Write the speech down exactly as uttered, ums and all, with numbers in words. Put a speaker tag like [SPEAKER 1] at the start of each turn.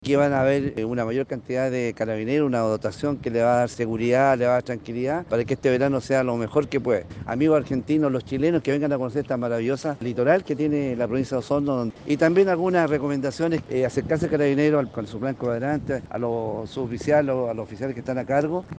[SPEAKER 1] que van a haber eh, una mayor cantidad de carabineros, una dotación que le va a dar seguridad, le va a dar tranquilidad para que este verano sea lo mejor que puede. Amigos argentinos, los chilenos que vengan a conocer esta maravillosa litoral que tiene la provincia de Osorno y también algunas recomendaciones, eh, acercarse al carabinero al- con su plan cuadrante, a los suboficiales, a los oficiales que están a cargo